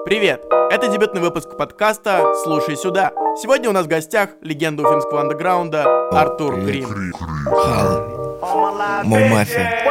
Привет! Это дебютный выпуск подкаста «Слушай сюда». Сегодня у нас в гостях легенда уфимского андеграунда Артур Крим. Мафия.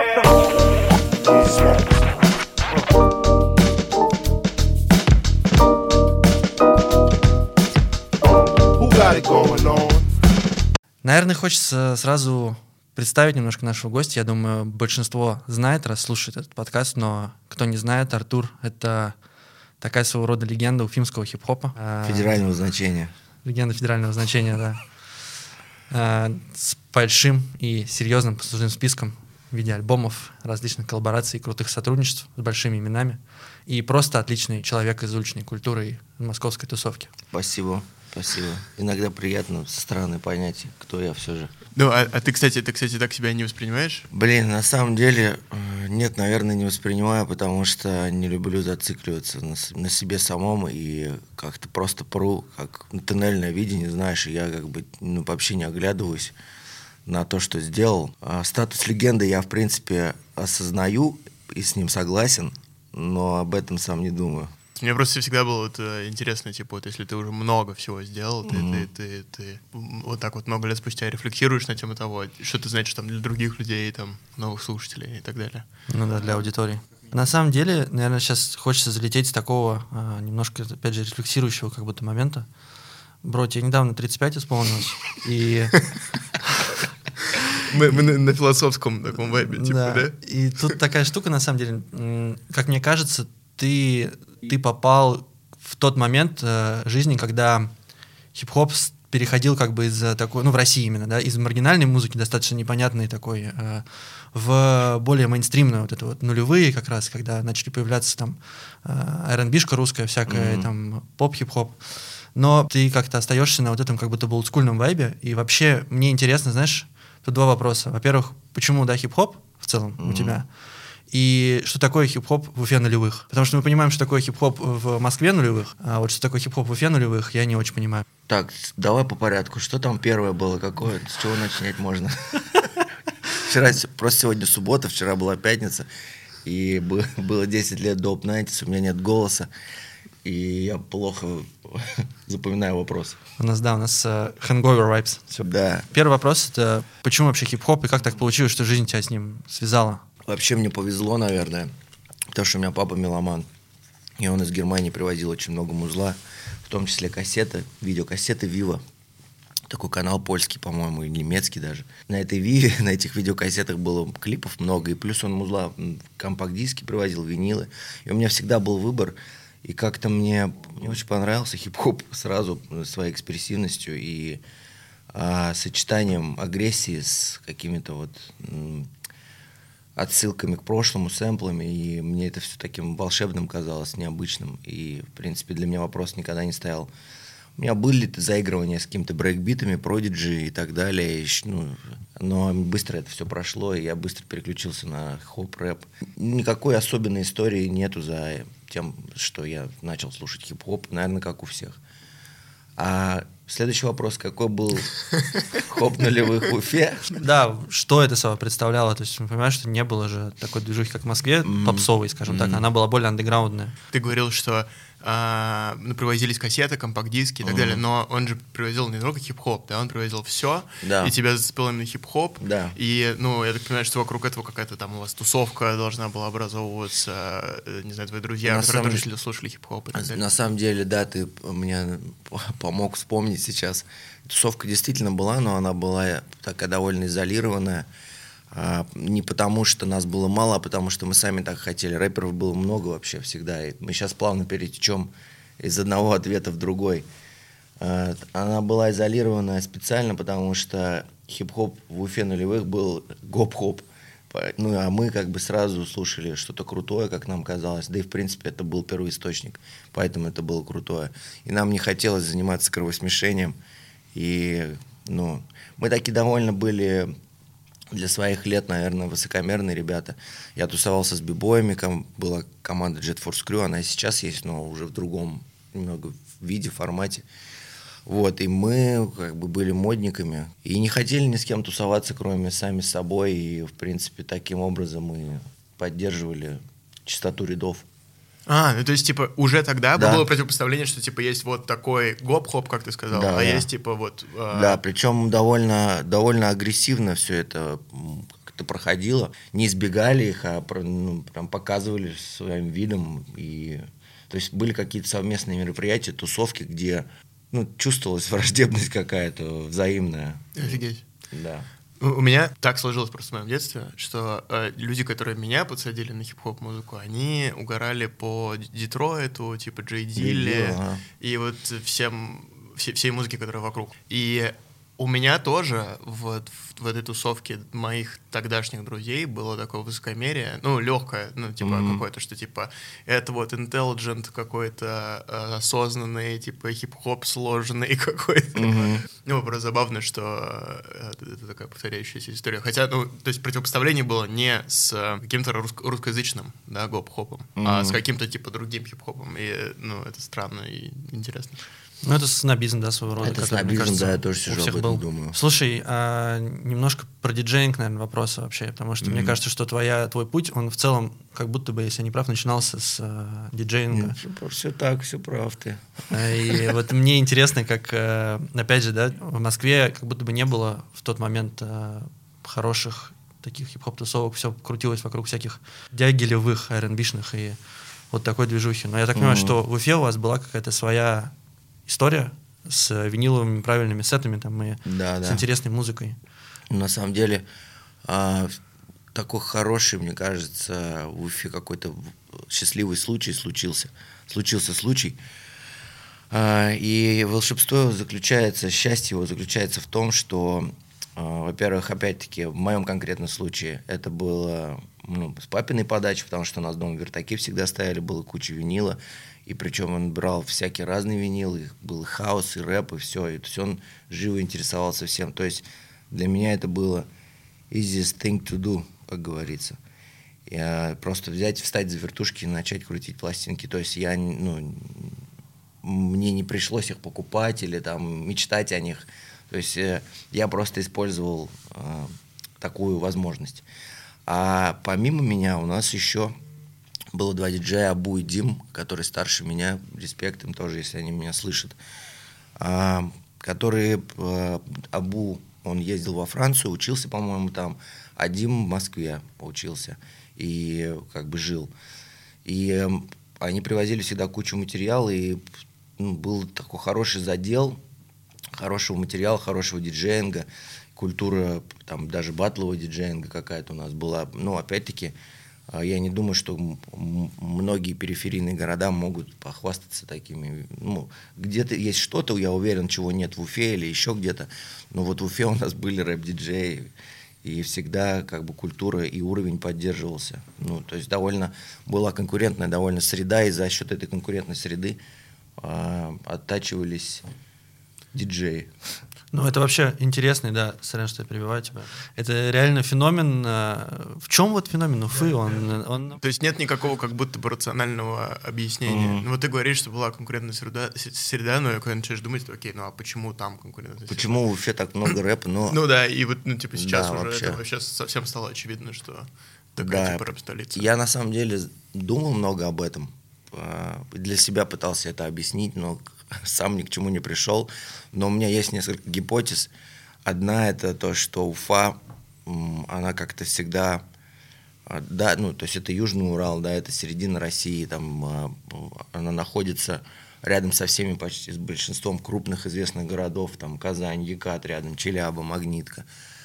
Наверное, хочется сразу представить немножко нашего гостя. Я думаю, большинство знает, раз слушает этот подкаст, но кто не знает, Артур — это такая своего рода легенда уфимского хип-хопа. Федерального значения. Легенда федерального значения, да. С большим и серьезным послужным списком в виде альбомов, различных коллабораций, крутых сотрудничеств с большими именами. И просто отличный человек из уличной культуры и московской тусовки. Спасибо. Иногда приятно со стороны понять, кто я все же. Ну, а ты, кстати, так себя не воспринимаешь? Блин, на самом деле, нет, наверное, не воспринимаю, потому что не люблю зацикливаться на себе самом и как-то просто пру, как туннельное видение, знаешь, и я как бы вообще не оглядываюсь на то, что сделал. Статус легенды я, в принципе, осознаю и с ним согласен, но об этом сам не думаю. Мне просто всегда было интересно, типа, вот если ты уже много всего сделал, ты вот так вот много лет спустя рефлексируешь на тему того, что ты значишь там для других людей, там, новых слушателей и так далее. Ну да, для аудитории. На самом деле, наверное, сейчас хочется залететь с такого немножко, опять же, рефлексирующего как будто момента. Бро, тебе недавно 35 исполнилось, и... Мы на философском таком вайбе, типа, да? И тут такая штука, на самом деле, как мне кажется, ты попал в тот момент жизни, когда хип-хоп переходил как бы из такой, в России именно, да, из маргинальной музыки, достаточно непонятной такой, в более мейнстримную, вот это вот нулевые как раз, когда начали появляться там R&B-шка русская всякая, там поп-хип-хоп. Но ты как-то остаешься на вот этом как будто бы олдскульном вайбе, и вообще мне интересно, знаешь, тут два вопроса. Во-первых, почему, да, хип-хоп в целом у тебя? И что такое хип-хоп в Уфе нулевых? Потому что мы понимаем, что такое хип-хоп в Москве нулевых, а вот что такое хип-хоп в Уфе нулевых, я не очень понимаю. Так, давай по порядку. Что там первое было? Какое? С чего начинать можно? Вчера, просто сегодня суббота, вчера была пятница, и было 10 лет до Dope 90s, у меня нет голоса, и я плохо запоминаю вопросы. У нас hangover vibes. Все. Да. Первый вопрос — это почему вообще хип-хоп, и как так получилось, что жизнь тебя с ним связала? Вообще мне повезло, наверное, потому что у меня папа меломан, и он из Германии привозил очень много музла, в том числе кассеты, видеокассеты Viva. Такой канал польский, по-моему, и немецкий даже. На этой Виве, на этих видеокассетах было клипов много, и плюс он музла, компакт-диски привозил, винилы. И у меня всегда был выбор, и как-то мне очень понравился хип-хоп сразу своей экспрессивностью и сочетанием агрессии с какими-то вот... отсылками к прошлому, сэмплами, и мне это все таким волшебным казалось, необычным, и, в принципе, для меня вопрос никогда не стоял. У меня были заигрывания с какими-то брейкбитами, продиджи и так далее, но быстро это все прошло, и я быстро переключился на хоп-рэп. Никакой особенной истории нету за тем, что я начал слушать хип-хоп, наверное, как у всех. А следующий вопрос, какой был хоп нулевых в Уфе? Да, что это собой представляло? То есть, мы понимаем, что не было же такой движухи, как в Москве, попсовой, скажем так, она была более андеграундная. Ты говорил, что привозились кассеты, компакт-диски и так далее, но он же привозил не только хип-хоп, да, он привозил все, да. И тебя зацепил именно хип-хоп, да. И, я так понимаю, что вокруг этого какая-то там у вас тусовка должна была образовываться, не знаю, твои друзья, которые тоже слушали хип-хоп и так далее. На самом деле, да, ты мне помог вспомнить сейчас. Тусовка действительно была, но она была такая довольно изолированная. Не потому, что нас было мало, а потому, что мы сами так хотели. Рэперов было много вообще всегда. И мы сейчас плавно перетечем из одного ответа в другой. Она была изолированная специально, потому что хип-хоп в Уфе нулевых был гоп-хоп. А мы как бы сразу слушали что-то крутое, как нам казалось. Да и, в принципе, это был первоисточник. Поэтому это было крутое. И нам не хотелось заниматься кровосмешением. И, мы такие довольно были... Для своих лет, наверное, высокомерные ребята. Я тусовался с бибоями, была команда Jet Force Crew, она и сейчас есть, но уже в другом немного виде, формате. Вот, и мы как бы были модниками и не хотели ни с кем тусоваться, кроме сами с собой, и, в принципе, таким образом мы поддерживали чистоту рядов. Ну то есть, типа, уже тогда Да. было противопоставление, что, типа, есть вот такой гоп-хоп, как ты сказал, Да, а да. есть, типа, вот... Да, причем довольно агрессивно все это как-то проходило. Не избегали их, а прям показывали своим видом. И, то есть были какие-то совместные мероприятия, тусовки, где чувствовалась враждебность какая-то взаимная. Офигеть. Да. У меня так сложилось просто в моем детстве, что люди, которые меня подсадили на хип-хоп музыку, они угорали по Детройту, типа Джей Дилли, ага. и вот всей музыке, которая вокруг. И у меня тоже вот в этой тусовке моих тогдашних друзей было такое высокомерие, легкое, типа какое-то, что типа это вот intelligent какой-то, осознанный, типа хип-хоп сложный какой-то. Просто забавно, что это такая повторяющаяся история. Хотя, то есть противопоставление было не с каким-то русскоязычным, да, гоп-хопом, а с каким-то типа другим хип-хопом. И, это странно и интересно. Это снобизм, да, своего рода. Это который, мне снобизм, кажется, да, я тоже сижу об этом думаю. Слушай, немножко про диджеинг, наверное, вопросы вообще, потому что мне кажется, что твой путь, он в целом, как будто бы, если я не прав, начинался с диджеинга. Все так, все прав ты. И вот мне интересно, как, опять же, да, в Москве как будто бы не было в тот момент хороших таких хип-хоп-тусовок, все крутилось вокруг всяких дягилевых, R&B-шных и вот такой движухи. Но я так понимаю, что в Уфе у вас была какая-то своя история с виниловыми правильными сетами там, и с интересной музыкой. На самом деле, такой хороший, мне кажется, в Уфе какой-то счастливый случай случился. Случился случай. И волшебство его заключается, счастье его заключается в том, что, во-первых, опять-таки, в моем конкретном случае это было с папиной подачи, потому что у нас дома вертаки всегда стояли, было куча винила. И причем он брал всякие разные винилы, был и хаус, и рэп, и все. И то есть он живо интересовался всем. То есть для меня это было easiest thing to do, как говорится. Просто взять, встать за вертушки и начать крутить пластинки. То есть мне не пришлось их покупать или там мечтать о них. То есть я просто использовал такую возможность. А помимо меня у нас еще было два диджея, Абу и Дим, которые старше меня, респект им тоже, если они меня слышат. Которые, Абу, он ездил во Францию, учился, по-моему, там, а Дим в Москве учился и как бы жил. И они привозили всегда кучу материала, и был такой хороший задел, хорошего материала, хорошего диджеинга, культура, там, даже батлового диджеинга какая-то у нас была. Опять-таки, я не думаю, что многие периферийные города могут похвастаться такими. Где-то есть что-то, я уверен, чего нет в Уфе или еще где-то. Но вот в Уфе у нас были рэп-диджеи, и всегда как бы культура и уровень поддерживался. То есть была конкурентная довольно среда, и за счет этой конкурентной среды оттачивались диджеи. Это вообще интересный, да, сорян, что я перебиваю тебя. Это реально феномен. В чем вот феномен Уфы? Он... То есть нет никакого как будто бы рационального объяснения. Вот ты говоришь, что была конкурентная среда, но когда начинаешь думать, окей, а почему там конкурентная среда? Почему в Уфе так много рэпа? Да, и вот сейчас да, уже это вообще совсем стало очевидно, что такая типа рэп-столица. Я на самом деле думал много об этом. Для себя пытался это объяснить, но сам ни к чему не пришел. Но у меня есть несколько гипотез. Одна — это то, что Уфа, она как-то всегда... Да, то есть это Южный Урал, да, это середина России, там она находится рядом со всеми, почти с большинством крупных известных городов, там Казань, Екат рядом, Челябы, Магнитка.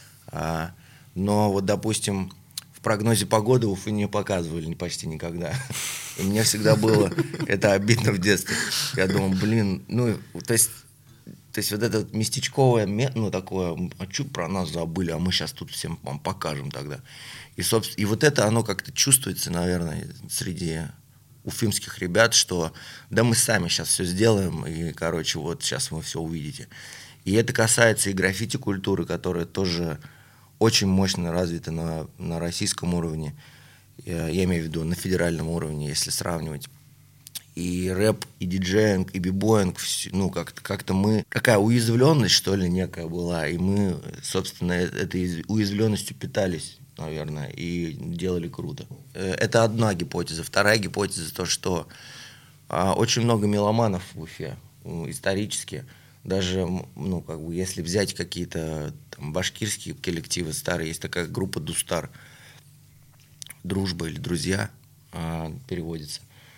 Но вот, допустим, в прогнозе погоды Уфы не показывали почти никогда. И мне всегда было это обидно в детстве. Я думал, то есть вот это местечковое, такое, что про нас забыли, а мы сейчас тут всем вам покажем тогда. И вот это, оно как-то чувствуется, наверное, среди уфимских ребят, что да мы сами сейчас все сделаем, и, вот сейчас вы все увидите. И это касается и граффити-культуры, которая тоже очень мощно развита на российском уровне. Я имею в виду на федеральном уровне, если сравнивать. И рэп, и диджеинг, и бибоинг, как-то мы... Такая уязвленность, что ли, некая была, и мы, собственно, этой уязвленностью питались. наверное, и делали круто. Это одна гипотеза. Вторая гипотеза то, что очень много меломанов в Уфе, исторически. Даже, ну, как бы, если взять какие-то там башкирские коллективы старые, есть такая группа Дустар, дружба или друзья переводится.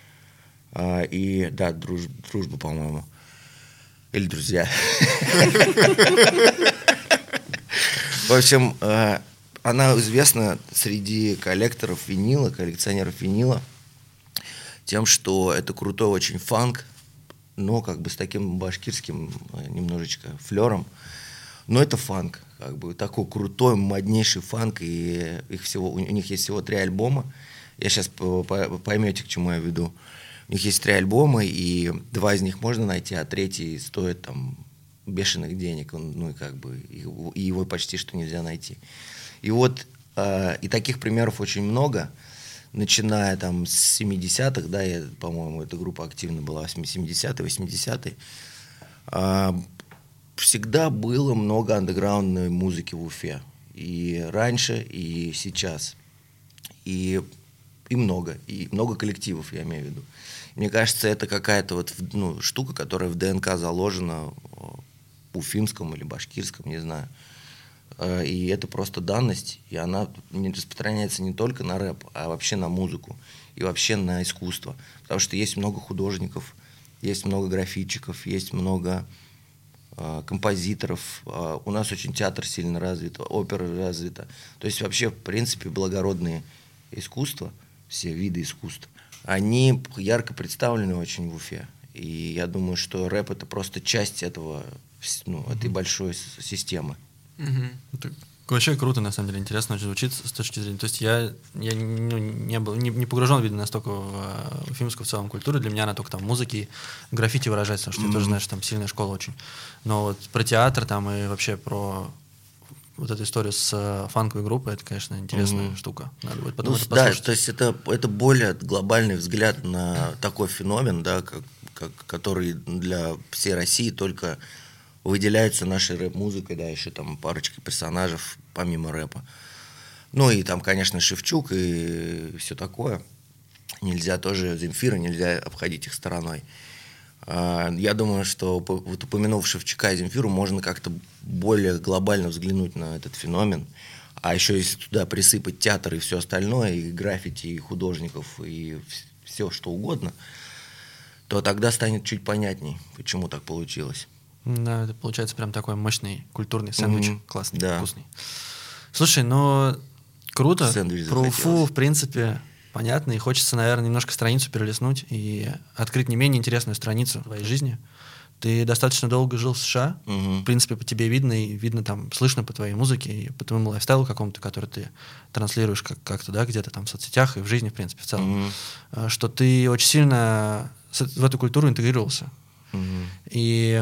И да, дружба, по-моему. Или друзья. В общем, она известна среди коллекторов винила, коллекционеров винила тем, что это крутой очень фанк, но как бы с таким башкирским немножечко флером. Но это фанк, как бы такой крутой, моднейший фанк, и у них есть всего 3 альбома. Я сейчас поймете, к чему я веду. У них есть 3 альбома, и 2 из них можно найти, а 3 стоит там бешеных денег, ну и как бы и его почти что нельзя найти. И вот и таких примеров очень много, начиная там с 70-х, да, по-моему, эта группа активно была, 70-е, 80-е. Всегда было много андеграундной музыки в Уфе. И раньше, и сейчас. И много коллективов, я имею в виду. Мне кажется, это какая-то вот, ну, штука, которая в ДНК заложена, уфимском или башкирском, не знаю. И это просто данность, и она не распространяется не только на рэп, а вообще на музыку и вообще на искусство. Потому что есть много художников, есть много графитчиков, есть много композиторов. У нас очень театр сильно развит, опера развита. То есть вообще, в принципе, благородные искусства, все виды искусств, они ярко представлены очень в Уфе. И я думаю, что рэп — это просто часть этого, ну, этой большой системы. Это вообще круто, на самом деле, интересно очень звучит с точки зрения. То есть я не погружен, видно, настолько в уфимскую в целом культуру. Для меня она только там музыки, граффити выражается, потому что ты тоже знаешь, там сильная школа очень. Но вот про театр там и вообще про вот эту историю с фанковой группой, это, конечно, интересная штука. Надо будет потом это послушать. Да, то есть это более глобальный взгляд на такой феномен, да, который для всей России только выделяется нашей рэп-музыкой, да, еще там парочка персонажей помимо рэпа. Ну и там, конечно, Шевчук и все такое. Нельзя тоже Земфира, нельзя обходить их стороной. Я думаю, что вот упомянув Шевчука и Земфиру, можно как-то более глобально взглянуть на этот феномен. А еще если туда присыпать театр и все остальное, и граффити, и художников, и все что угодно, то тогда станет чуть понятней, почему так получилось. Да, это получается прям такой мощный культурный сэндвич, классный, да. Вкусный. Слушай, ну круто. Сэндвич про захотелось. Уфу, в принципе, понятно, и хочется, наверное, немножко страницу перелистнуть и открыть не менее интересную страницу в твоей жизни. Ты достаточно долго жил в США, в принципе, по тебе видно, и видно там, слышно по твоей музыке и по твоему лайфстайлу какому-то, который ты транслируешь как-то, да, где-то там в соцсетях и в жизни, в принципе, в целом, что ты очень сильно в эту культуру интегрировался. И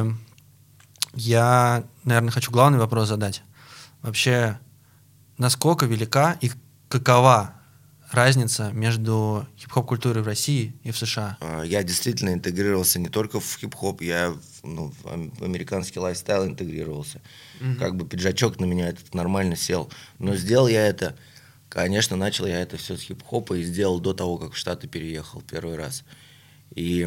я, наверное, хочу главный вопрос задать. Вообще, насколько велика и какова разница между хип-хоп-культурой в России и в США? Я действительно интегрировался не только в хип-хоп, я в американский лайфстайл интегрировался. Как бы пиджачок на меня этот нормально сел. Но сделал я это, конечно, начал я это все с хип-хопа и сделал до того, как в Штаты переехал первый раз. И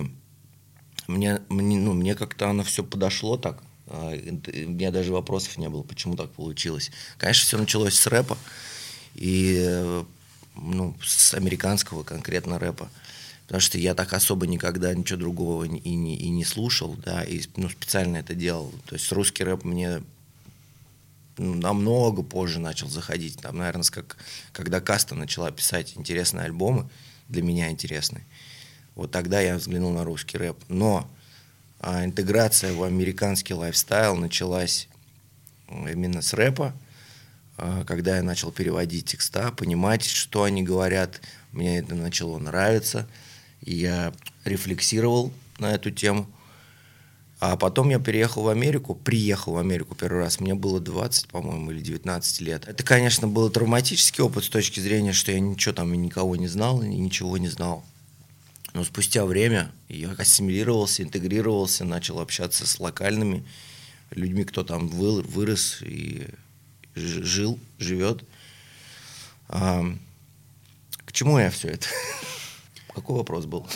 мне как-то оно все подошло так. У меня даже вопросов не было, почему так получилось. Конечно, все началось с рэпа. И с американского конкретно рэпа. Потому что я так особо никогда ничего другого и не слушал, да, и специально это делал. То есть русский рэп мне намного позже начал заходить. Там, наверное, когда Каста начала писать интересные альбомы, для меня интересные. Вот тогда я взглянул на русский рэп. Но интеграция в американский лайфстайл началась именно с рэпа, когда я начал переводить текста, понимать, что они говорят. Мне это начало нравиться, и я рефлексировал на эту тему. А потом я приехал в Америку первый раз, мне было 20, по-моему, или 19 лет. Это, конечно, был травматический опыт с точки зрения, что я ничего там и никого не знал, и ничего не знал. Но спустя время я ассимилировался, интегрировался, начал общаться с локальными людьми, кто там вырос и живет. К чему я все это? Какой вопрос был?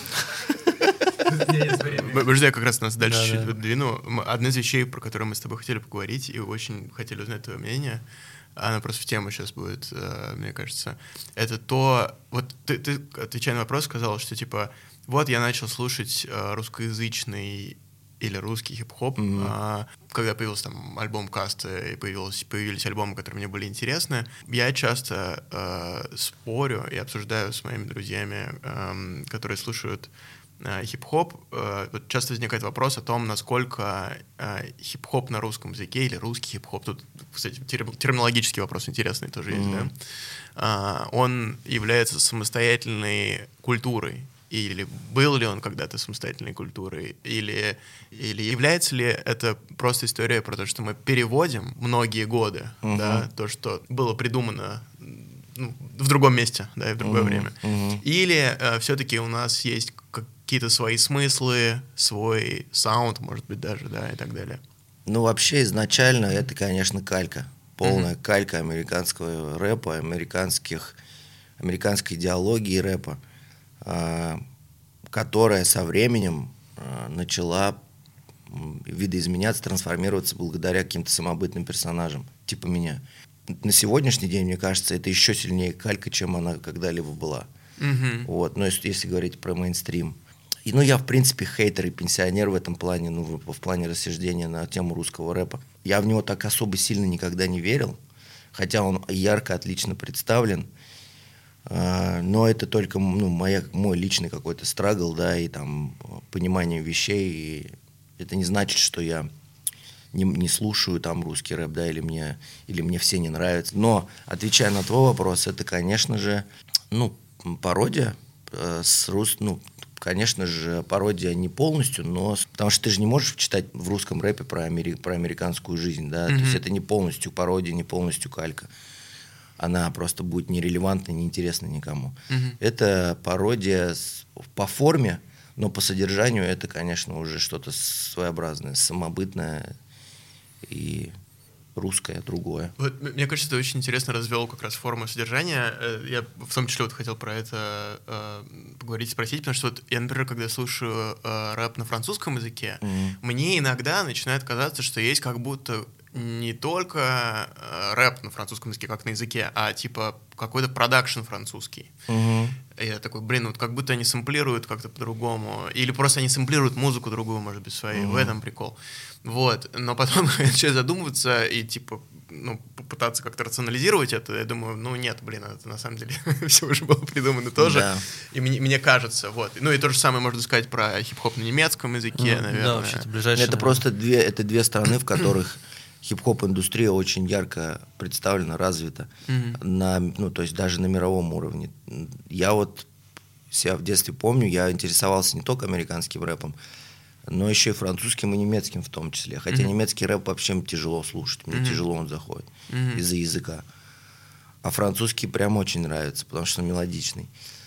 Подожди, я как раз нас дальше Да, чуть да. выдвину. Одна из вещей, про которую мы с тобой хотели поговорить и очень хотели узнать твое мнение, она просто в тему сейчас будет, мне кажется, это то... Вот ты, отвечая на вопрос, сказал, что типа, вот я начал слушать русскоязычный или русский хип-хоп, когда появился там альбом Каста и появились альбомы, которые мне были интересны. Я часто спорю и обсуждаю с моими друзьями, которые слушают хип-хоп. Вот часто возникает вопрос о том, насколько хип-хоп на русском языке или русский хип-хоп, тут, кстати, терминологический вопрос интересный тоже есть, да? Он является самостоятельной культурой. Или был ли он когда-то самостоятельной культурой, или является ли это просто история про то, что мы переводим многие годы, да, то, что было придумано в другом месте, да, и в другое время. Или все-таки у нас есть какие-то свои смыслы, свой саунд, может быть, даже, да, и так далее. Ну, вообще, изначально это, конечно, калька. Полная калька американского рэпа, американской идеологии рэпа, которая со временем начала видоизменяться, трансформироваться благодаря каким-то самобытным персонажам, типа меня. На сегодняшний день, мне кажется, это еще сильнее калька, чем она когда-либо была. Вот, но если говорить про мейнстрим. И, я, в принципе, хейтер и пенсионер в этом плане, в плане рассуждения на тему русского рэпа. Я в него так особо сильно никогда не верил, хотя он ярко, отлично представлен. Но это только мой личный какой-то страгл, да, и там понимание вещей. И это не значит, что я не слушаю там русский рэп, да, или мне все не нравятся. Но, отвечая на твой вопрос, это, конечно же, пародия конечно же, пародия не полностью, но потому что ты же не можешь читать в русском рэпе про американскую жизнь, да, то есть это не полностью пародия, не полностью калька. Она просто будет нерелевантна, неинтересна никому. Это пародия по форме, но по содержанию это, конечно, уже что-то своеобразное, самобытное и русское, другое. Вот, мне кажется, ты очень интересно развел как раз форму содержания. Я в том числе хотел про это поговорить, спросить, потому что я, например, когда слушаю рэп на французском языке, мне иногда начинает казаться, что есть как будто не только рэп на французском языке, как на языке, а типа какой-то продакшн французский. И я такой, вот как будто они сэмплируют как-то по-другому. Или просто они сэмплируют музыку другую, может быть, своей. В этом прикол. Вот. Но потом я начинаю задумываться и типа попытаться как-то рационализировать это. Я думаю, нет, это на самом деле все уже было придумано тоже. Да. И мне кажется, вот. И то же самое можно сказать про хип-хоп на немецком языке, наверное. Да, вообще, это ближайшее. Это просто две страны, в которых хип-хоп-индустрия очень ярко представлена, развита, то есть даже на мировом уровне. Я себя в детстве помню, я интересовался не только американским рэпом, но еще и французским и немецким в том числе. Хотя немецкий рэп вообще тяжело слушать, мне тяжело он заходит из-за языка. А французский прям очень нравится, потому что он мелодичный.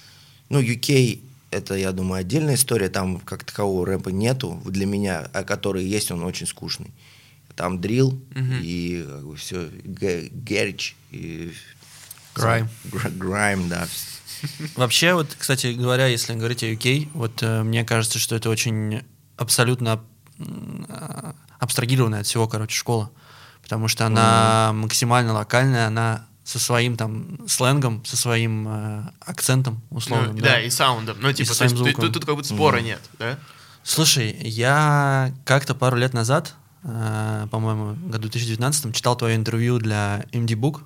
UK — это, я думаю, отдельная история, там как такового рэпа нету для меня, а который есть, он очень скучный. Там дрил и все, гэридж и грайм, да. Вообще, кстати говоря, если говорить о UK, мне кажется, что это очень абсолютно абстрагированная от всего, школа. Потому что она максимально локальная, она со своим там сленгом, со своим акцентом условным. Да, и саундом. Тут как будто спора нет, да? Слушай, я как-то пару лет назад, по-моему, в году 2019 читал твое интервью для MD Book.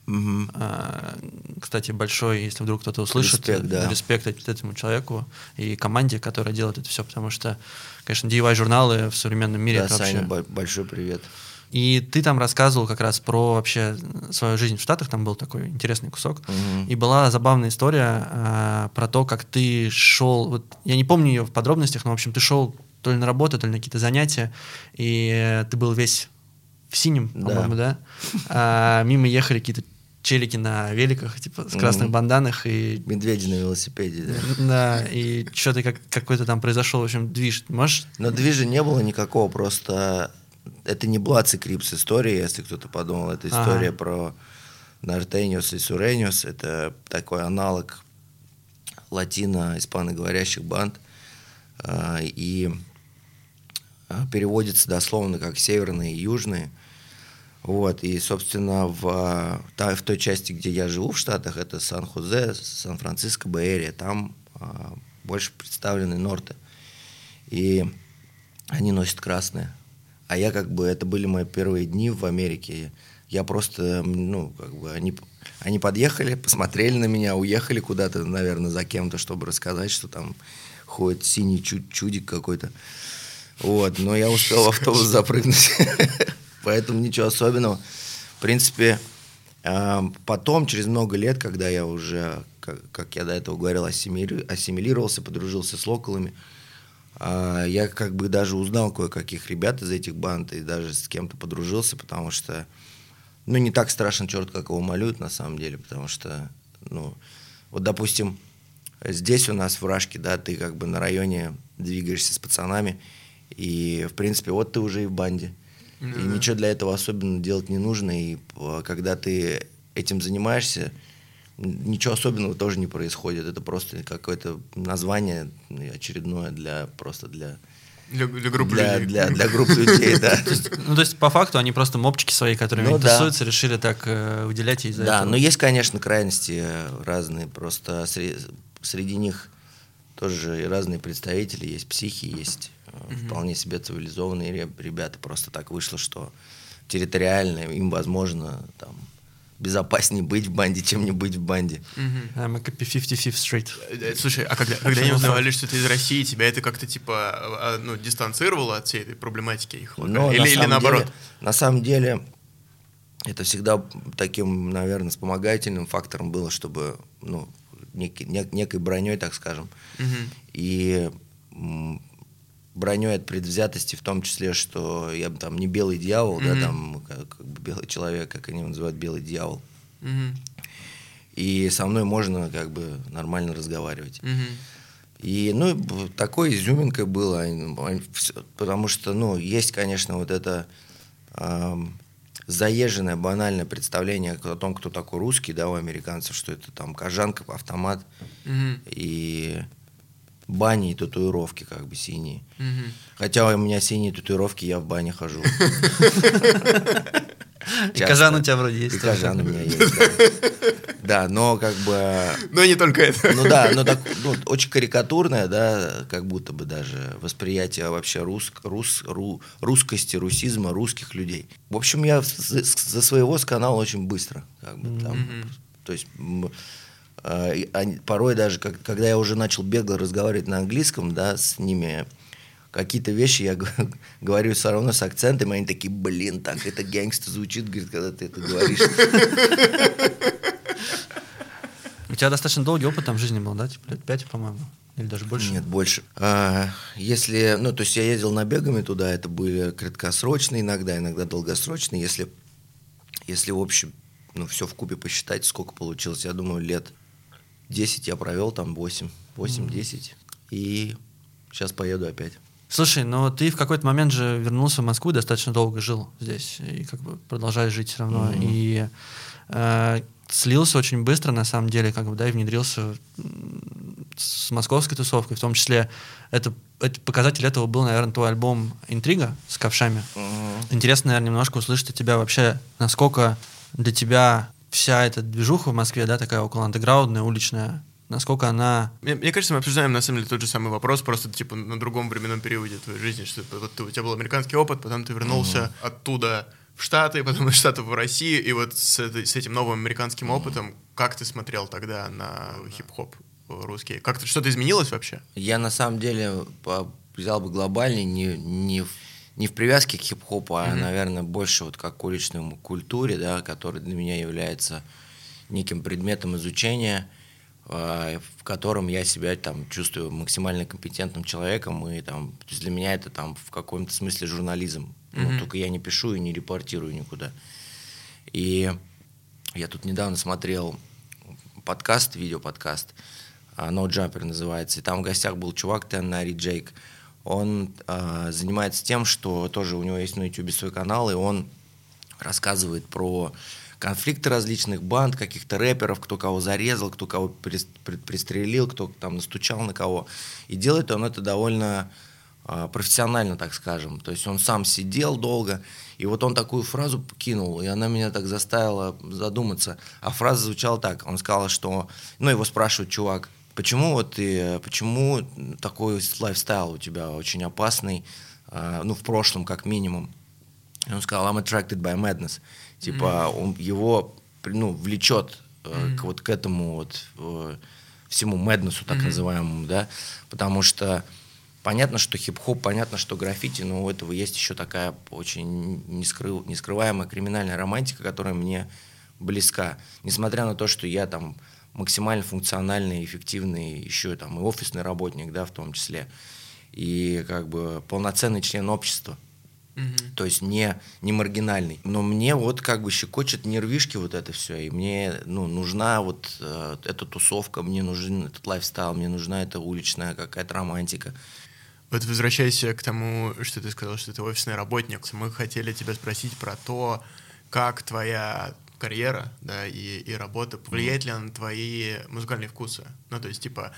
Кстати, большой, если вдруг кто-то услышит, респект этому человеку и команде, которая делает это все, потому что, конечно, DIY-журналы в современном мире это Саня, вообще... большой привет. И ты там рассказывал как раз про вообще свою жизнь в Штатах, там был такой интересный кусок, и была забавная история про то, как ты шел, я не помню ее в подробностях, но, в общем, ты шел то ли на работу, то ли на какие-то занятия, и ты был весь в синем, по-моему, да? Мимо ехали какие-то челики на великах, типа, с красных банданах. И... Медведи на велосипеде, да. Да, и что-то какой-то там произошел, в общем, движ. Можешь? Но движа не было никакого, просто это не была Цикрипс история, если кто-то подумал. Это история про Norteños и Sureños. Это такой аналог латино-испаноговорящих банд. И переводится дословно как «северные» и «южные». Вот, и, собственно, в той части, где я живу в Штатах, это Сан-Хозе, Сан-Франциско, Бэй-Эрия, там больше представлены норты. И они носят красное. А я это были мои первые дни в Америке. Я просто, они подъехали, посмотрели на меня, уехали куда-то, наверное, за кем-то, чтобы рассказать, что там ходит синий чудик какой-то. Вот, но я успел в автобус запрыгнуть. Поэтому ничего особенного. В принципе, потом, через много лет, когда я уже, как я до этого говорил, ассимилировался, подружился с локалами, я даже узнал кое-каких ребят из этих банд и даже с кем-то подружился, потому что, не так страшен черт, как его малюют на самом деле, потому что, вот, допустим, здесь у нас в Рашке, да, ты на районе двигаешься с пацанами, и, в принципе, вот ты уже и в банде. И ничего для этого особенно делать не нужно. И когда ты этим занимаешься, ничего особенного тоже не происходит. Это просто какое-то название очередное для группы людей. Для групп людей, да. То есть, по факту, они просто мопчики свои, которыми они тусуются, решили так выделять из-за этого. Да, но есть, конечно, крайности разные. Просто среди них тоже разные представители. Есть психи, есть вполне себе цивилизованные ребята. Просто так вышло, что территориально им, возможно, там безопаснее быть в банде, чем не быть в банде. I'm a 55th Street. Слушай, а когда они узнавали, что ты из России, тебя это как-то дистанцировало от всей этой проблематики их? Или наоборот? На самом деле, это всегда таким, наверное, вспомогательным фактором было, чтобы, некой броней, так скажем. И броней от предвзятости, в том числе, что я там не белый дьявол, да, там белый человек, как они его называют, белый дьявол. И со мной можно нормально разговаривать. И, такой изюминкой было, потому что, есть, конечно, вот это заезженное, банальное представление о том, кто такой русский, да, у американцев, что это там кожанка, автомат и бани и татуировки синие. Хотя у меня синие татуировки, я в бане хожу. И кожан у тебя вроде есть. И кожан у меня есть, да. Да, но Но не только это. Очень карикатурное, да, как будто бы даже восприятие вообще русскости, русизма, русских людей. В общем, я за своего сканал очень быстро. То есть порой даже, когда я уже начал бегло разговаривать на английском, да, с ними, какие-то вещи я говорю все равно с акцентом, и они такие, блин, так это гангста звучит, говорит, когда ты это говоришь. У тебя достаточно долгий опыт там в жизни был, да? Лет 5, по-моему? Или даже больше? Нет, больше. То есть я ездил набегами туда, это были краткосрочные иногда долгосрочные. Если в общем, все вкупе посчитать, сколько получилось, я думаю, лет 10 я провел там, 8-10, и сейчас поеду опять. Слушай, но ты в какой-то момент же вернулся в Москву, достаточно долго жил здесь, и продолжаешь жить все равно, и слился очень быстро, на самом деле, и внедрился с московской тусовкой, в том числе, показатель этого был, наверное, твой альбом «Интрига» с ковшами. Интересно, наверное, немножко услышать от тебя вообще, насколько для тебя вся эта движуха в Москве, да, такая около андеграундная, уличная, насколько она... Мне кажется, мы обсуждаем, на самом деле, тот же самый вопрос, просто, на другом временном периоде твоей жизни, что у тебя был американский опыт, потом ты вернулся оттуда в Штаты, потом из Штатов в Россию, и вот с этим новым американским опытом, как ты смотрел тогда на хип-хоп русский? Как-то что-то изменилось вообще? Я, на самом деле, взял бы глобальный, не в привязке к хип-хопу, а, наверное, больше как к уличной культуре, да, который для меня является неким предметом изучения, в котором я себя чувствую максимально компетентным человеком, и то есть для меня это в каком-то смысле журнализм. Только я не пишу и не репортирую никуда. И я тут недавно смотрел видеоподкаст, No Jumper называется, и там в гостях был чувак Теннари Джейк. Он занимается тем, что тоже у него есть на YouTube свой канал, и он рассказывает про конфликты различных банд, каких-то рэперов, кто кого зарезал, кто кого пристрелил, кто там настучал на кого. И делает он это довольно профессионально, так скажем. То есть он сам сидел долго, и вот он такую фразу кинул, и она меня так заставила задуматься. А фраза звучала так. Он сказал, что... его спрашивает чувак, почему такой лайфстайл у тебя очень опасный, в прошлом как минимум. И он сказал, I'm attracted by madness. Типа, его влечет к этому всему madnessу, так называемому, да, потому что понятно, что хип-хоп, понятно, что граффити, но у этого есть еще такая очень нескрываемая криминальная романтика, которая мне близка. Несмотря на то, что я там максимально функциональный, эффективный, еще там и офисный работник, да, в том числе, и как бы полноценный член общества. То есть не маргинальный. Но мне щекочет нервишки вот это все. И мне нужна эта тусовка, мне нужен этот лайфстайл, мне нужна эта уличная какая-то романтика. Вот возвращаясь к тому, что ты сказал, что ты офисный работник, мы хотели тебя спросить про то, как твоя карьера, да, и работа, повлияет ли она на твои музыкальные вкусы? То есть, типа...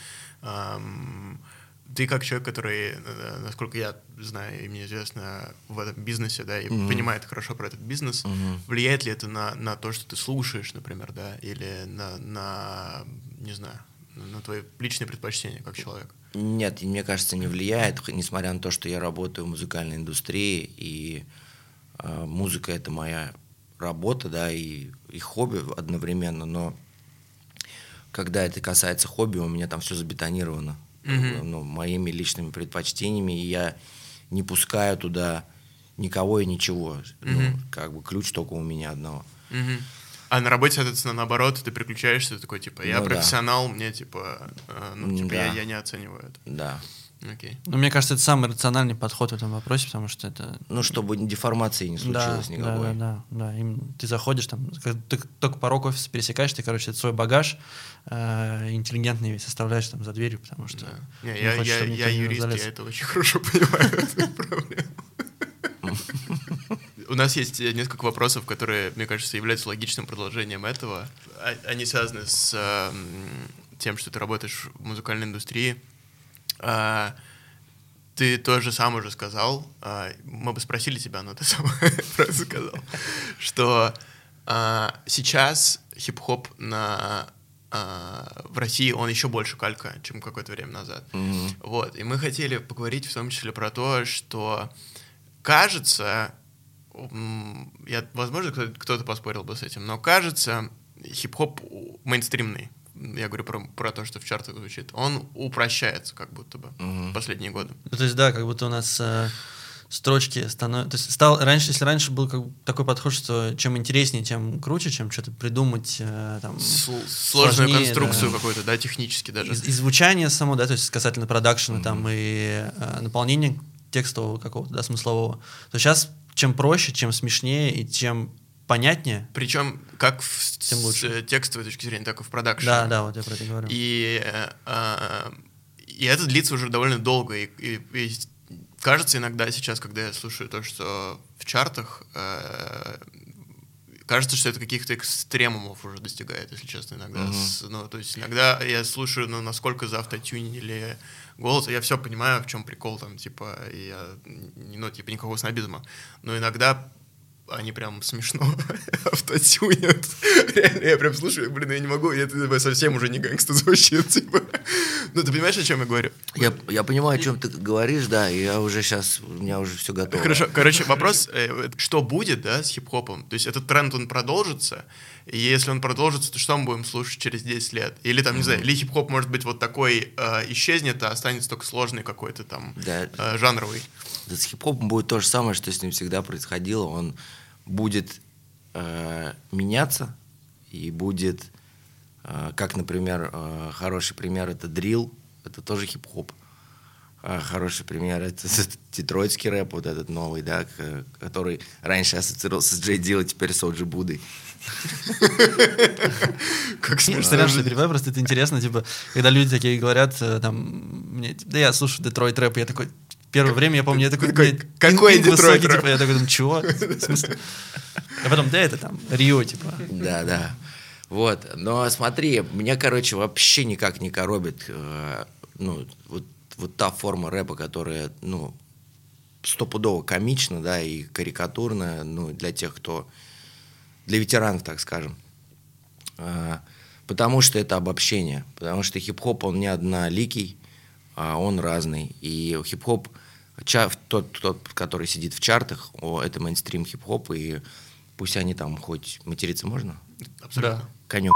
Ты как человек, который, насколько я знаю и мне известно, в этом бизнесе, да, и понимает хорошо про этот бизнес, влияет ли это на то, что ты слушаешь, например, да, или на не знаю, на твои личные предпочтения как человек? Нет, мне кажется, не влияет, несмотря на то, что я работаю в музыкальной индустрии, и музыка — это моя работа, да, и хобби одновременно, но когда это касается хобби, у меня там все забетонировано. Моими личными предпочтениями, и я не пускаю туда никого и ничего. Ключ только у меня одного. А на работе, соответственно, наоборот, ты переключаешься, ты такой, типа, я профессионал, мне, типа, я не оцениваю это. Да. Окей. Мне кажется, это самый рациональный подход в этом вопросе, потому что это... чтобы деформации не случилось никакой. Да. Ты заходишь, ты только порог офиса пересекаешь, ты, это свой багаж интеллигентный весь оставляешь там за дверью, потому что... Да. Я юрист, я это очень хорошо понимаю, эту проблему. У нас есть несколько вопросов, которые, мне кажется, являются логичным продолжением этого. Они связаны с тем, что ты работаешь в музыкальной индустрии. Ты тоже сам уже сказал, мы бы спросили тебя, но ты сам просто сказал, что сейчас хип-хоп в России, он еще больше калька, чем какое-то время назад. Вот. И мы хотели поговорить в том числе про то, что кажется, возможно, кто-то поспорил бы с этим, но кажется, хип-хоп мейнстримный, я говорю про то, что в чартах звучит, он упрощается как будто бы в последние годы. То есть, да, как будто у нас строчки становятся... То есть если раньше был такой подход, что чем интереснее, тем круче, чем что-то придумать там, сложную конструкцию какую-то, да, технически даже. И звучание само, да, то есть касательно продакшена там и наполнения текстового какого-то, да, смыслового. То сейчас чем проще, чем смешнее и чем понятнее. Причем как с текстовой точки зрения, так и в продакшене. Да, вот я про это говорю. И это длится уже довольно долго. И кажется иногда сейчас, когда я слушаю то, что в чартах, кажется, что это каких-то экстремумов уже достигает, если честно, иногда. То есть иногда я слушаю, насколько заавтотюнили голос, я все понимаю, в чем прикол, там, типа, никакого снобизма. Но иногда они прям смешно автотюнят. Реально, я прям слушаю, я не могу, это совсем уже не гангста звучит, типа. Ты понимаешь, о чем я говорю? Я понимаю, о чем ты говоришь, да, и у меня уже все готово. Хорошо, вопрос, что будет, да, с хип-хопом? То есть этот тренд, он продолжится, и если он продолжится, то что мы будем слушать через 10 лет? Или там, не знаю, или хип-хоп может быть вот такой исчезнет, а останется только сложный какой-то там, жанровый? Да, с хип-хопом будет то же самое, что с ним всегда происходило, он будет меняться, и будет, как, например, хороший пример — это дрилл, это тоже хип-хоп. Хороший пример — это детройтский рэп, вот этот новый, да, который раньше ассоциировался с Джей Дилла, теперь с Оджи Будой. Как смешно. Сорян, что перебиваю, просто это интересно, типа, когда люди такие говорят, там, мне, да я слушаю Детройт рэп, я такой, первое время, я помню, я такой... Какой пинг Детройт высокий, рэп? типа, я такой думаю, чего? В смысле? А потом, да, это там Рио, типа. Да. Вот. Но смотри, меня, короче, вообще никак не коробит вот та форма рэпа, которая, стопудово комична, да, и карикатурная, для тех, кто... Для ветеранов, так скажем. Потому что это обобщение. Потому что хип-хоп, он не одноликий, а он разный. И хип-хоп, тот, который сидит в чартах, это мейнстрим хип-хоп, и пусть они там хоть материться можно? Абсолютно. Конёк.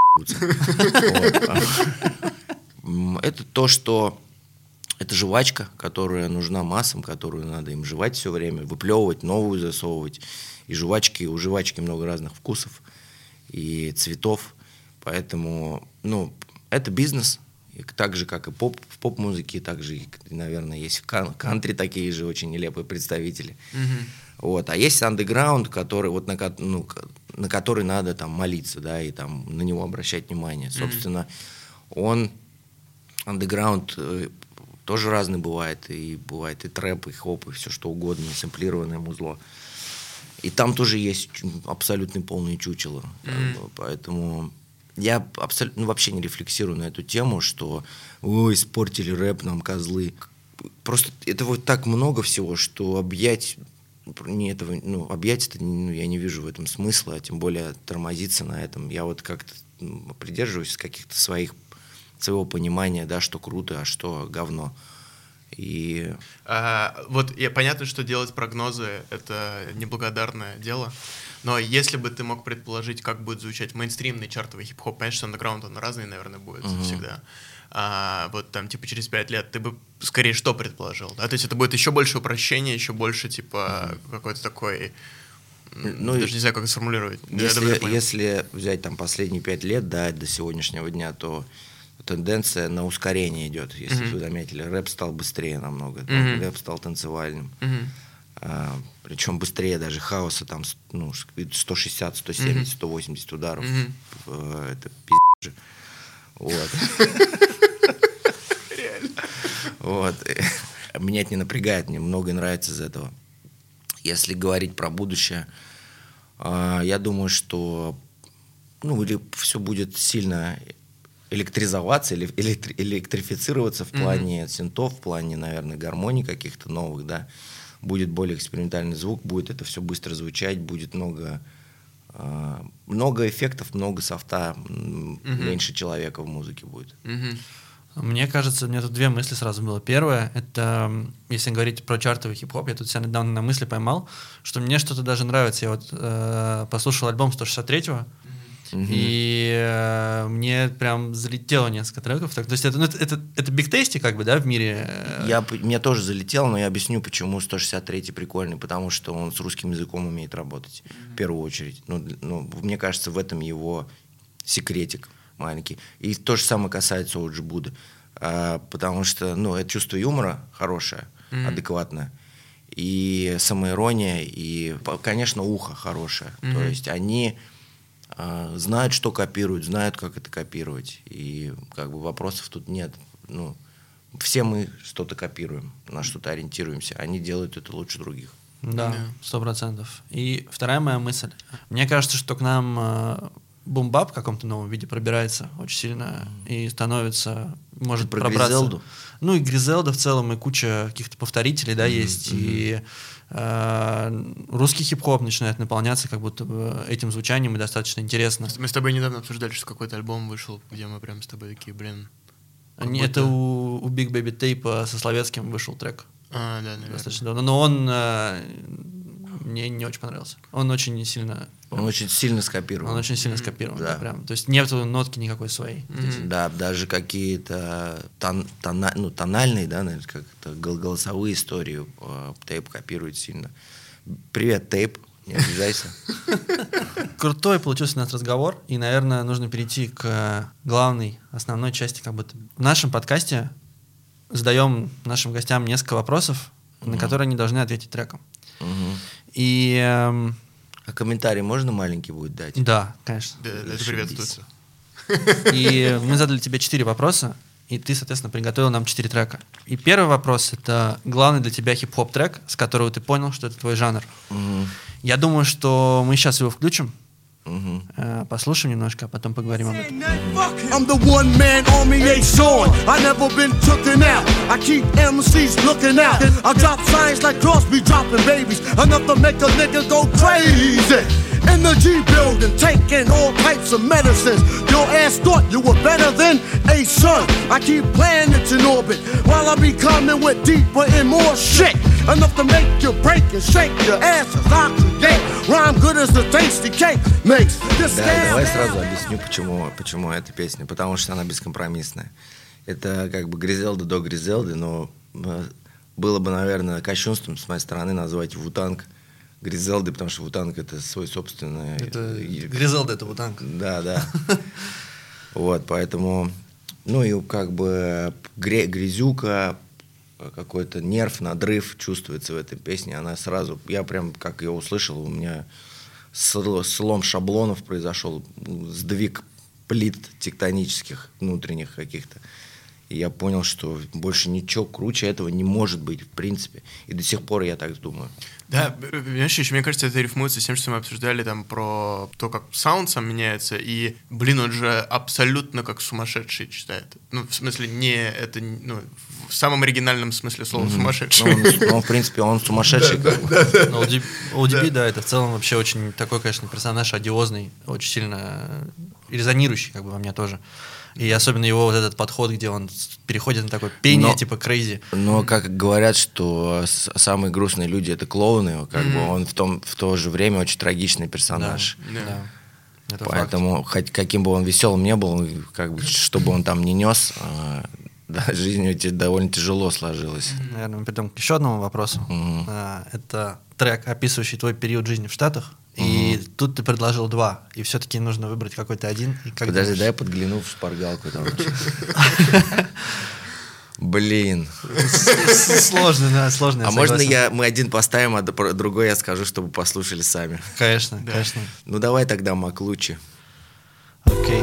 Это то, что... Это жвачка, которая нужна массам, которую надо им жевать все время, выплевывать, новую засовывать. И у жвачки много разных вкусов и цветов. Поэтому, это бизнес. И так же, как и в поп-музыке, так же, наверное, есть в кантри такие же очень нелепые представители. Вот. А есть андеграунд, который, на который надо там молиться, да, и там на него обращать внимание. Собственно, андеграунд тоже разный бывает. И бывает и трэп, и хоп, и все что угодно, и сэмплированное музло. И там тоже есть абсолютно полные чучела. Поэтому я абсолютно вообще не рефлексирую на эту тему, что ой, испортили рэп нам козлы. Просто это вот так много всего, что объять это, я не вижу в этом смысла, а тем более тормозиться на этом. Я вот как-то придерживаюсь каких-то своего понимания, да, что круто, а что говно. И... понятно, что делать прогнозы — это неблагодарное дело, но если бы ты мог предположить, как будет звучать мейнстримный чартовый хип-хоп, понятно, что андеграунд, он разный, наверное, будет всегда. Вот там, типа, через 5 лет ты бы скорее что предположил? Да? То есть это будет еще больше упрощение, еще больше, типа, какой-то такой... даже не знаю, как это сформулировать. Если взять там последние 5 лет, да, до сегодняшнего дня, то тенденция на ускорение идет, если вы заметили. Рэп стал быстрее намного, рэп стал танцевальным. Причем быстрее даже хаоса, там 160, 170, 180 ударов. Это пиздец же. Вот. Вот. Меня это не напрягает, мне многое нравится из этого. Если говорить про будущее, я думаю, что или все будет сильно электризоваться или электрифицироваться в плане синтов, в плане, наверное, гармоний каких-то новых, да. Будет более экспериментальный звук, будет это все быстро звучать, будет много эффектов, много софта, меньше человека в музыке будет. Мне кажется, у меня тут две мысли сразу было. Первое, это, если говорить про чартовый хип-хоп, я тут себя недавно на мысли поймал, что мне что-то даже нравится. Я вот послушал альбом 163-го, и мне прям залетело несколько треков. То есть это биг тейсти, как бы, да, в мире? Мне тоже залетело, но я объясню, почему 163-й прикольный, потому что он с русским языком умеет работать, в первую очередь. Мне кажется, в этом его секретик маленький. И то же самое касается Оджи Будды, потому что, это чувство юмора хорошее, адекватное, и самоирония, и, конечно, ухо хорошее. То есть они знают, что копируют, знают, как это копировать. И как бы вопросов тут нет. Все мы что-то копируем, на что-то ориентируемся. Они делают это лучше других. Да, 100%. И вторая моя мысль. Мне кажется, что к нам бум-бап в каком-то новом виде пробирается очень сильно и становится, может пробраться. Гризелду? И Гризелда в целом, и куча каких-то повторителей, да, есть. И русский хип-хоп начинает наполняться как будто бы этим звучанием, и достаточно интересно. Мы с тобой недавно обсуждали, что какой-то альбом вышел, где мы прям с тобой такие, блин... Это у Big Baby Tape со Словецким вышел трек. Да, наверное. Достаточно давно. Но он мне не очень понравился. Он очень сильно... Он очень сильно скопирован. Он очень сильно скопирован, да. да, прям. То есть нет нотки никакой своей. Да, даже какие-то тональные, да, наверное, как-то голосовые истории Тейп копирует сильно. Привет, Тейп, не обижайся. Крутой получился у нас разговор, и, наверное, нужно перейти к главной, основной части как будто. В нашем подкасте задаем нашим гостям несколько вопросов, на которые они должны ответить треком. И... А комментарий можно маленький будет дать? Да, конечно. Да, это приветствуется. И мы задали тебе 4 вопроса, и ты, соответственно, приготовил нам 4 трека. И первый вопрос — это главный для тебя хип-хоп трек, с которого ты понял, что это твой жанр. Я думаю, что мы сейчас его включим. Послушаем немножко, а потом поговорим об этом. I'm the one man army ain't showing. I never been taken out. I keep MCs looking out. I drop signs like Crosby dropping babies. Enough to make a nigga go crazy. In the G building, taking all types of medicines. Your ass thought you were better than a son. I keep planets in orbit while I be coming with deeper and more shit. Enough to make you break and shake your asses. Oxygen, rhyme good as the tasty cake makes. Да, давай сразу объясню, почему эта песня. Потому что она бескомпромиссная. Это как бы Гризелда до Гризелды, но было бы, наверное, кощунством с моей стороны назвать Вутанг Гризелдой, потому что Вутанг — это свой собственный... Гризелда — это Вутанг. Да. Вот, поэтому... Ну и как бы грязюка, какой-то нерв, надрыв чувствуется в этой песне. Она сразу... Я прям, как ее услышал, у меня слом шаблонов произошел, сдвиг плит тектонических, внутренних каких-то. И я понял, что больше ничего круче этого не может быть, в принципе. И до сих пор я так думаю. Да, понимаешь, еще, мне кажется, это рифмуется с тем, что мы обсуждали там про то, как саунд сам меняется, и, блин, он же абсолютно как сумасшедший читает. Ну, в смысле, это, в самом оригинальном смысле слова сумасшедший. Ну, в принципе, он сумасшедший. ODB, да, это в целом вообще очень такой, конечно, персонаж одиозный, очень сильно резонирующий, как бы, во мне тоже. И особенно его вот этот подход, где он переходит на такое пение, типа крейзи. Но как говорят, что самые грустные люди — это клоуны, как бы он в то же время очень трагичный персонаж. Да. Поэтому, хоть каким бы он веселым не был, как бы, что бы он там ни нес, да, жизнь у тебя довольно тяжело сложилась. Наверное, мы перейдем к еще одному вопросу. Это трек, описывающий твой период жизни в Штатах. И тут ты предложил 2, и все-таки нужно выбрать какой-то один. Подожди, дай я подгляну в шпаргалку. Блин. Сложно, да, сложно. А можно мы один поставим, а другой я скажу, чтобы послушали сами? Конечно, конечно. Ну давай тогда Маклучи. Окей.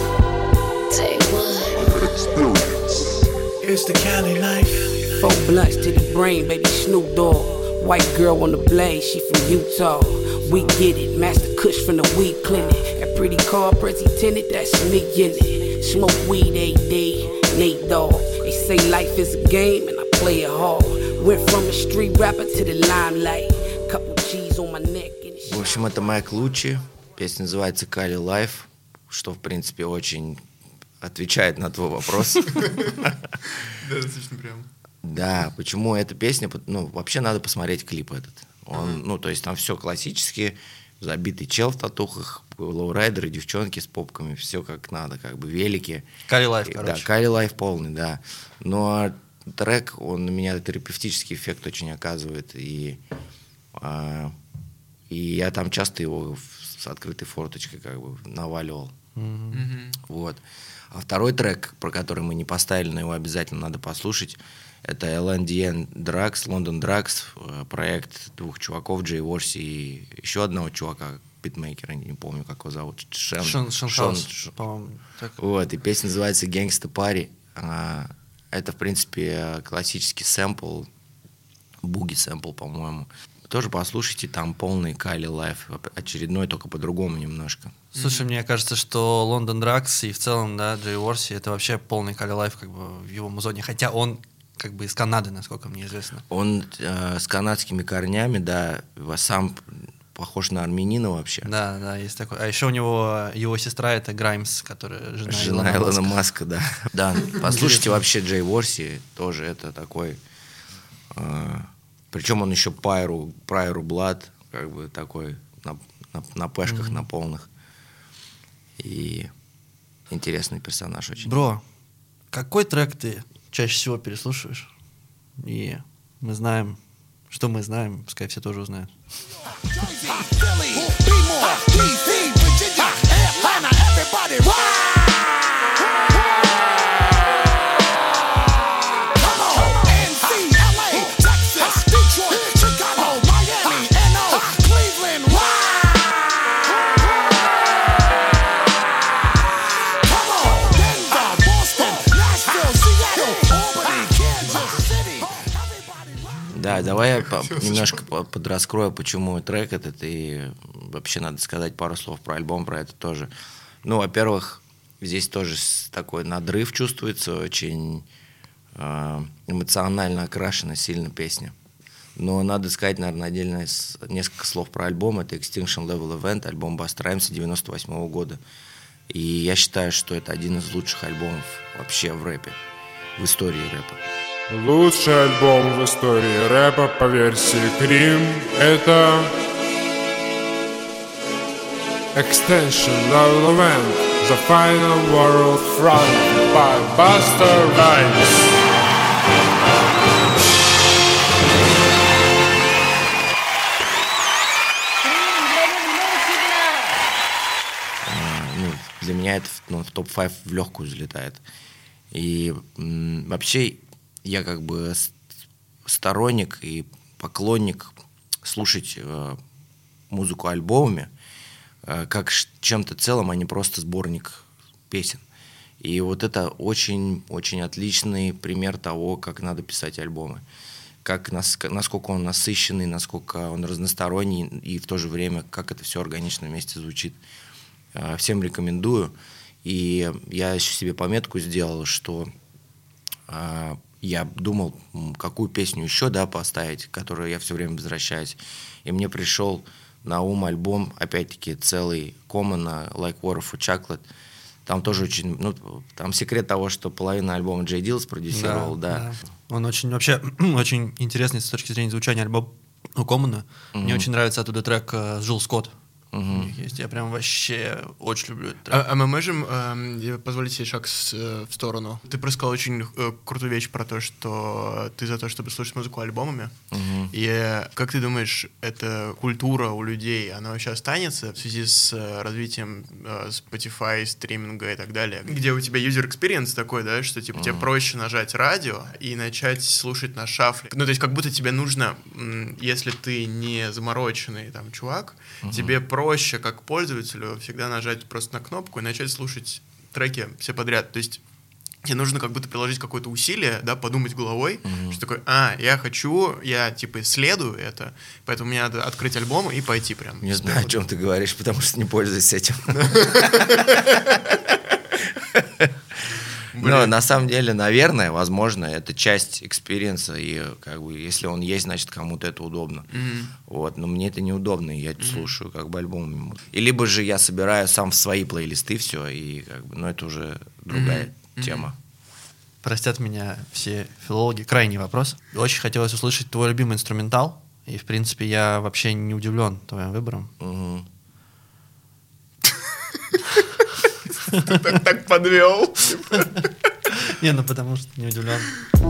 It's the Cali life. 4 blunts to the brain, baby Snoop Dogg. White girl on the blade, she from Utah. We get it, Master Kush from the weed clinic. That pretty car, President, that's me in it. Smoke weed every day, Nate Dogg. They say life is a game and I play it hard. Went from a street rapper to the limelight. Couple G's on my neck. В общем, это Маклучи. Песня называется Cali Life, что, в принципе, очень отвечает на твой вопрос. Да, достаточно прям. Да, почему эта песня? Ну, вообще надо посмотреть клип этот. Он, ну, то есть там все классически, забитый чел в татухах, лоурайдеры, девчонки с попками, все как надо, как бы велики. Cali Life, короче. Да, Cali Life полный, да. Но трек, он на меня терапевтический эффект очень оказывает, и я там часто его с открытой форточкой как бы наваливал. Вот. А второй трек, про который мы не поставили, но его обязательно надо послушать, это LNDN Drugs, London Drugs, проект 2 чуваков, Джей Ворси и еще одного чувака, битмейкера, не помню, как его зовут, Шон Хаус, по-моему. Вот, и песня называется «Gangsta Party». Это, в принципе, классический сэмпл, буги-сэмпл, по-моему. Тоже послушайте, там полный Cali Life, очередной, только по-другому немножко. Слушай, мне кажется, что London Drugs и в целом, да, Джей Ворси, это вообще полный Cali Life как бы в его музоне, хотя он как бы из Канады, насколько мне известно. Он с канадскими корнями, да, сам похож на армянина вообще. Да, да, есть такой. А еще у него его сестра это Граймс, которая жена Илона Маска, да. Да, послушайте вообще Джей Ворси, тоже это такой. Причем он еще Прайору Блад, как бы такой на пешках, на полных. И интересный персонаж очень. Бро, какой трек ты чаще всего переслушиваешь? И мы знаем, что мы знаем, пускай все тоже узнают. Да, давай я немножко подраскрою, почему трек этот, и вообще надо сказать пару слов про альбом, про это тоже. Ну, во-первых, здесь тоже такой надрыв чувствуется, очень эмоционально окрашена сильно песня. Но надо сказать, наверное, отдельно несколько слов про альбом. Это Extinction Level Event, альбом Busta Rhymes 98 года. И я считаю, что это один из лучших альбомов вообще в рэпе, в истории рэпа. Лучший альбом в истории рэпа по версии Крим — это Extinction Level Event, The Final World Front by Busta Rhymes. Для меня это в топ-5 в легкую залетает. И вообще я как бы сторонник и поклонник слушать музыку альбомами как чем-то целым, а не просто сборник песен. И вот это очень-очень отличный пример того, как надо писать альбомы. Насколько он насыщенный, насколько он разносторонний, и в то же время, как это все органично вместе звучит. Всем рекомендую. И я еще себе пометку сделал, что я думал, какую песню еще поставить, к которой я все время возвращаюсь. И мне пришел на ум альбом, опять-таки, целый Common, Like Water for Chocolate. Там тоже очень... там секрет того, что половина альбома Джей Дилл спродюсировал, да. Он вообще очень интересный с точки зрения звучания альбома Common. Мне очень нравится оттуда трек с Джилл Скотт. У них есть. Я прям вообще очень люблю этот трек. А мы можем позволить себе шаг в сторону? Ты просто сказал очень крутую вещь про то, что ты за то, чтобы слушать музыку альбомами. И как ты думаешь, эта культура у людей, она вообще останется в связи с развитием Spotify, стриминга и так далее? Где у тебя user experience такой, да, что типа тебе проще нажать радио и начать слушать на шафле. Ну, то есть как будто тебе нужно, если ты не замороченный там чувак, тебе проще, как пользователю, всегда нажать просто на кнопку и начать слушать треки все подряд. То есть тебе нужно как будто приложить какое-то усилие, да, подумать головой, что такое, я типа исследую это, поэтому мне надо открыть альбом и пойти прям. Не знаю, о чем ты говоришь, потому что не пользуюсь этим. Но на самом деле, наверное, возможно, это часть экспириенса, и как бы если он есть, значит, кому-то это удобно. Вот, но мне это неудобно, и я слушаю как бы альбом. И либо же я собираю сам в свои плейлисты все, и как бы, это уже другая тема. Простят меня все филологи. Крайний вопрос. Очень хотелось услышать твой любимый инструментал, и, в принципе, я вообще не удивлен твоим выбором. Ты так подвел. Не, потому что не удивлен.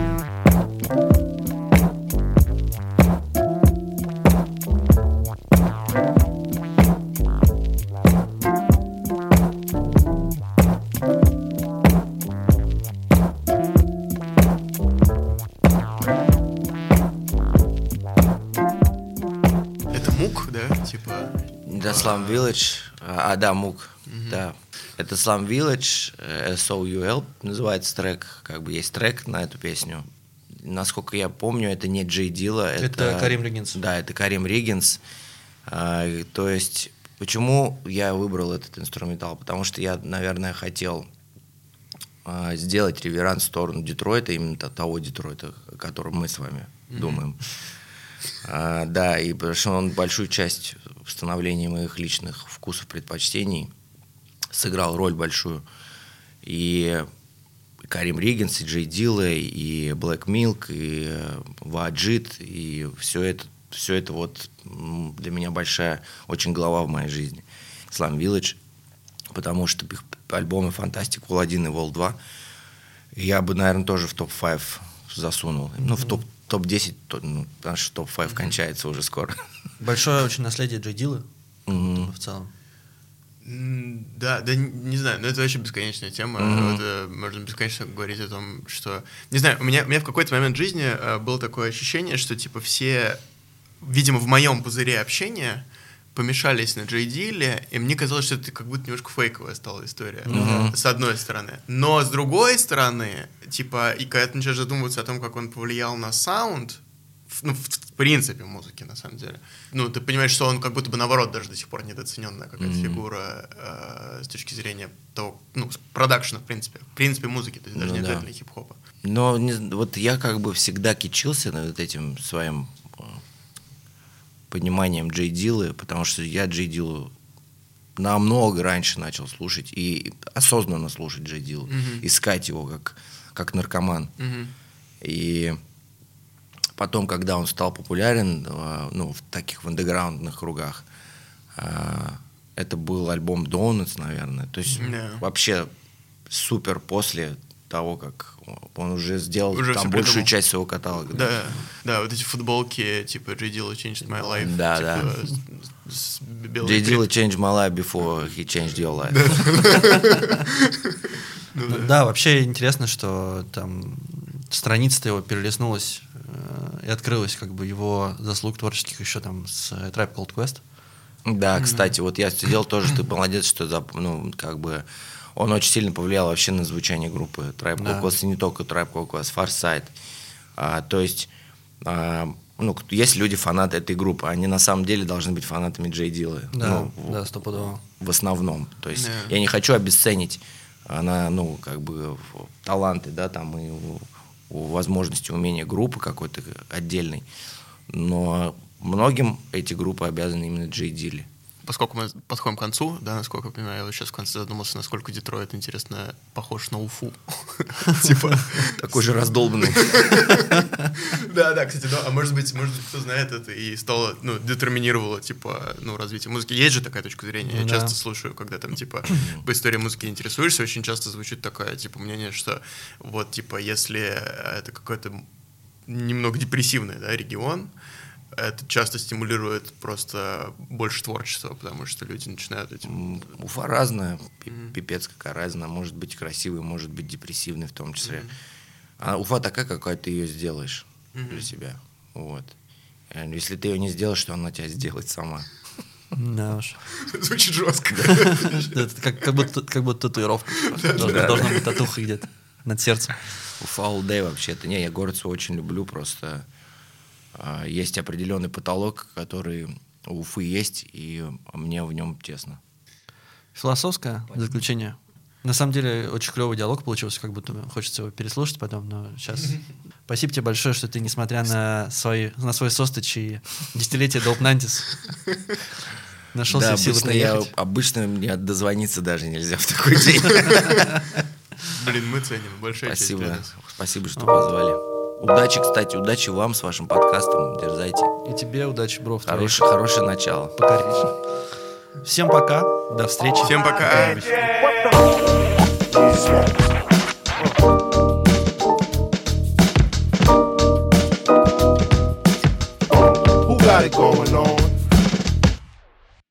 Это Мук, да? Типа... Да, Slum Village. Да, Мук. Да. Это Slum Village, SOUL называется трек, как бы есть трек на эту песню. Насколько я помню, это не Джей Дилла. Это Карим Риггинс. Да, это Карим Риггинс. То есть, почему я выбрал этот инструментал? Потому что я, наверное, хотел сделать реверанс в сторону Детройта, именно того Детройта, о котором мы с вами думаем. Да, и потому что он большую часть в становлении моих личных вкусов, предпочтений сыграл роль большую. И Карим Риггинс, и Джей Дилла, и Black Milk, и Ваджид, и все это вот для меня большая очень глава в моей жизни. Slum Village, потому что их альбомы Fantastic Vol 1 и Vol 2 я бы, наверное, тоже в топ-5 засунул. В топ-10, потому что топ-5 кончается уже скоро. Большое очень наследие Джей Диллы в целом. Да, не знаю, но это вообще бесконечная тема. Можно бесконечно говорить о том, что... Не знаю, у меня в какой-то момент жизни было такое ощущение, что типа все, видимо, в моем пузыре общения помешались на Джей Дилле, и мне казалось, что это как будто немножко фейковая стала история, с одной стороны. Но с другой стороны, типа, и когда ты начинаешь задумываться о том, как он повлиял на саунд, в принципе музыки, на самом деле. Ну, ты понимаешь, что он как будто бы наоборот даже до сих пор недооцененная какая-то фигура с точки зрения того, ну, продакшена, в принципе музыки, то есть даже не обязательно хип-хопа. Но вот я как бы всегда кичился над этим своим пониманием Джей Диллы, потому что я Джей Диллу намного раньше начал слушать и осознанно слушать Джей Диллу, искать его как наркоман. И потом, когда он стал популярен, ну, в таких в андеграундных кругах, это был альбом Donuts, наверное. То есть вообще супер после того, как он уже сделал уже там большую часть своего каталога. Да, вот эти футболки, типа Джей Дилла changed my life. Да. Джей Дилла changed my life before he changed your life. Да, вообще интересно, что там страница-то его перелистнулась и открылась как бы его заслуг творческих еще там с Tribe Called Quest. Да, кстати, вот я сидел тоже, ты молодец, что ну, как бы он очень сильно повлиял вообще на звучание группы Tribe Called Quest, и не только Tribe Called Quest, Farsight. То есть, ну, есть люди, фанаты этой группы, они на самом деле должны быть фанатами Джей Диллы. Да, да, стопудово. В основном. То есть, я не хочу обесценить ну, как бы таланты, да, там, и возможности, умения группы какой-то отдельной, но многим эти группы обязаны именно Джей Дилле. Поскольку мы подходим к концу, да, насколько я понимаю, я вот сейчас в конце задумался, насколько Детройт, интересно, похож на Уфу. Типа... Такой же раздолбанный. Да, кстати, а может быть, кто знает это и стало, ну, детерминировало, типа, ну, развитие музыки. Есть же такая точка зрения. Я часто слушаю, когда там, типа, по истории музыки интересуешься, очень часто звучит такое, типа, мнение, что вот, типа, если это какой-то немного депрессивный, да, регион, это часто стимулирует просто больше творчества, потому что люди начинают этим... Уфа разная, пипец какая разная. Может быть красивой, может быть депрессивной в том числе. А Уфа такая, какая ты ее сделаешь для себя. Вот. Если ты ее не сделаешь, то она тебя сделает сама. Да уж. Звучит жестко. Это как будто татуировка. Должна быть татуха где-то над сердцем. Уфа all day вообще-то. Не, я город свой очень люблю, просто... Есть определенный потолок, который у Уфы есть, и мне в нем тесно. Философское заключение. На самом деле, очень клевый диалог получился, как будто хочется его переслушать потом, но сейчас... Спасибо тебе большое, что ты, несмотря на свой состыч и десятилетие Dope Nantis, нашел себе силы приехать. Обычно мне дозвониться даже нельзя в такой день. Блин, мы ценим. Большая честь для нас. Спасибо, что позвали. Удачи, кстати, удачи вам с вашим подкастом. Дерзайте. И тебе удачи, бро. Хорошее начало. Покоришь. Всем пока. До встречи. Всем пока. Who got it going on?